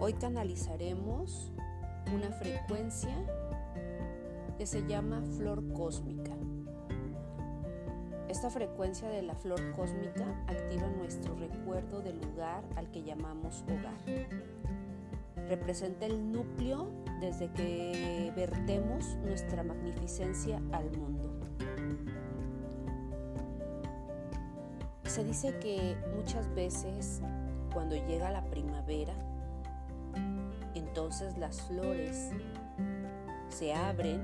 Hoy canalizaremos una frecuencia que se llama flor cósmica. Esta frecuencia de la flor cósmica activa nuestro recuerdo del lugar al que llamamos hogar. Representa el núcleo desde que vertemos nuestra magnificencia al mundo. Se dice que muchas veces cuando llega la primavera, entonces las flores se abren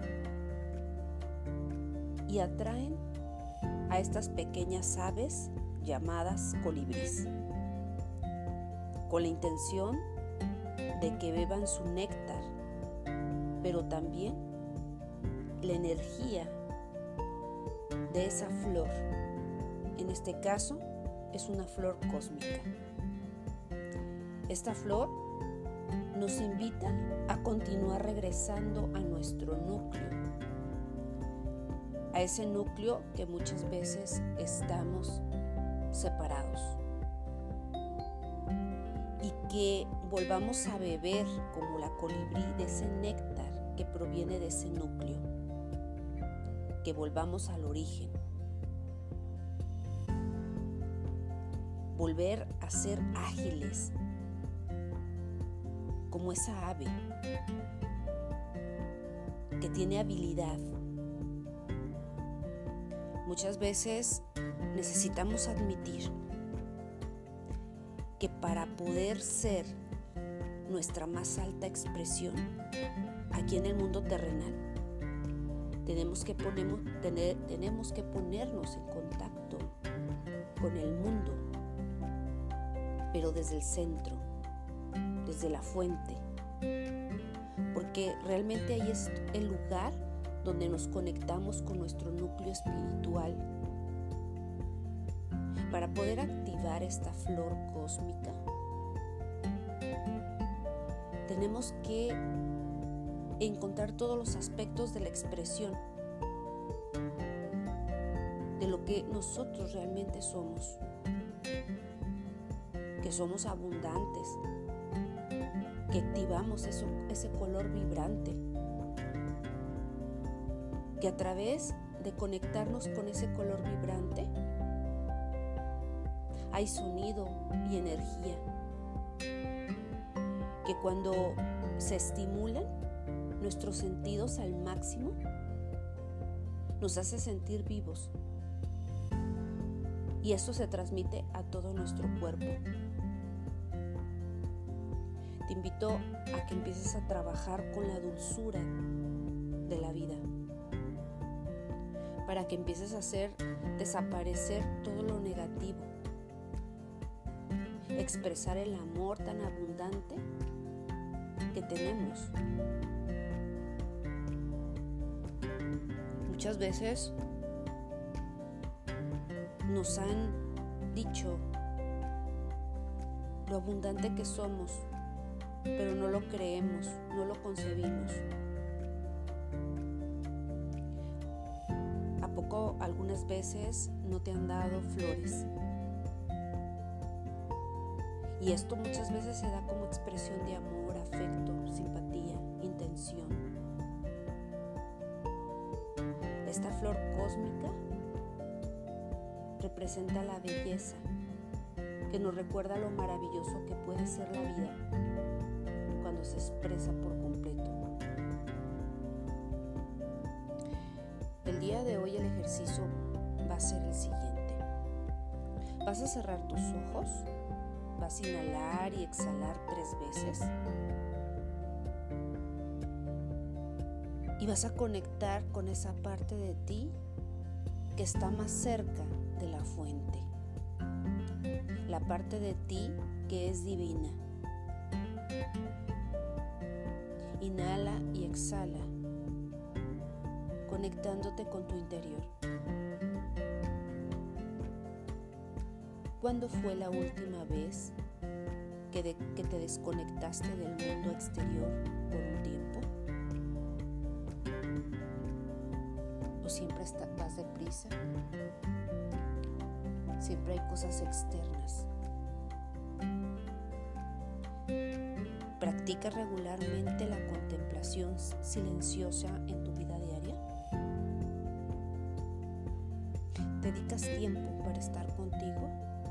y atraen a estas pequeñas aves llamadas colibríes, con la intención de que beban su néctar, pero también la energía de esa flor. En este caso es una flor cósmica. Esta flor nos invita a continuar regresando a nuestro núcleo, a ese núcleo que muchas veces estamos separados, y que volvamos a beber como la colibrí de ese néctar que proviene de ese núcleo, que volvamos al origen, volver a ser ágiles como esa ave que tiene habilidad. Muchas veces necesitamos admitir que para poder ser nuestra más alta expresión aquí en el mundo terrenal, tenemos que ponernos en contacto con el mundo, pero desde el centro, desde la fuente, porque realmente ahí es el lugar donde nos conectamos con nuestro núcleo espiritual. Para poder activar esta flor cósmica, tenemos que encontrar todos los aspectos de la expresión de lo que nosotros realmente somos, que somos abundantes, que activamos ese color vibrante, que a través de conectarnos con ese color vibrante hay sonido y energía, que cuando se estimulan nuestros sentidos al máximo, nos hace sentir vivos, y eso se transmite a todo nuestro cuerpo. Te invito a que empieces a trabajar con la dulzura de la vida, para que empieces a hacer desaparecer todo lo negativo, expresar el amor tan abundante que tenemos. Muchas veces nos han dicho lo abundante que somos, pero no lo creemos, no lo concebimos. ¿A poco algunas veces no te han dado flores? Y esto muchas veces se da como expresión de amor, afecto, simpatía, intención. Esta flor cósmica representa la belleza, que nos recuerda lo maravilloso que puede ser la vida cuando se expresa por completo. El día de hoy el ejercicio va a ser el siguiente. Vas a cerrar tus ojos, vas a inhalar y exhalar 3 veces y vas a conectar con esa parte de ti que está más cerca de la fuente, la parte de ti que es divina. Inhala y exhala, conectándote con tu interior. ¿Cuándo fue la última vez que te desconectaste del mundo exterior por un tiempo? ¿O siempre vas deprisa? Siempre hay cosas externas. ¿Practicas regularmente la contemplación silenciosa en tu vida diaria? ¿Dedicas tiempo para estar contigo?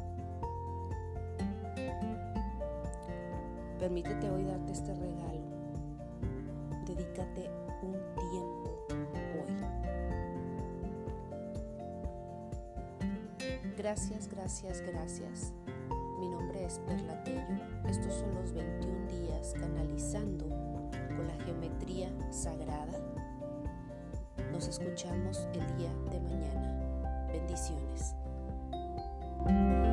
Permítete hoy darte este regalo. Dedícate un tiempo hoy. Gracias, gracias, gracias. Mi nombre es Perla Tello. Estos son los 21 días canalizando con la geometría sagrada. Nos escuchamos el día de mañana. Bendiciones.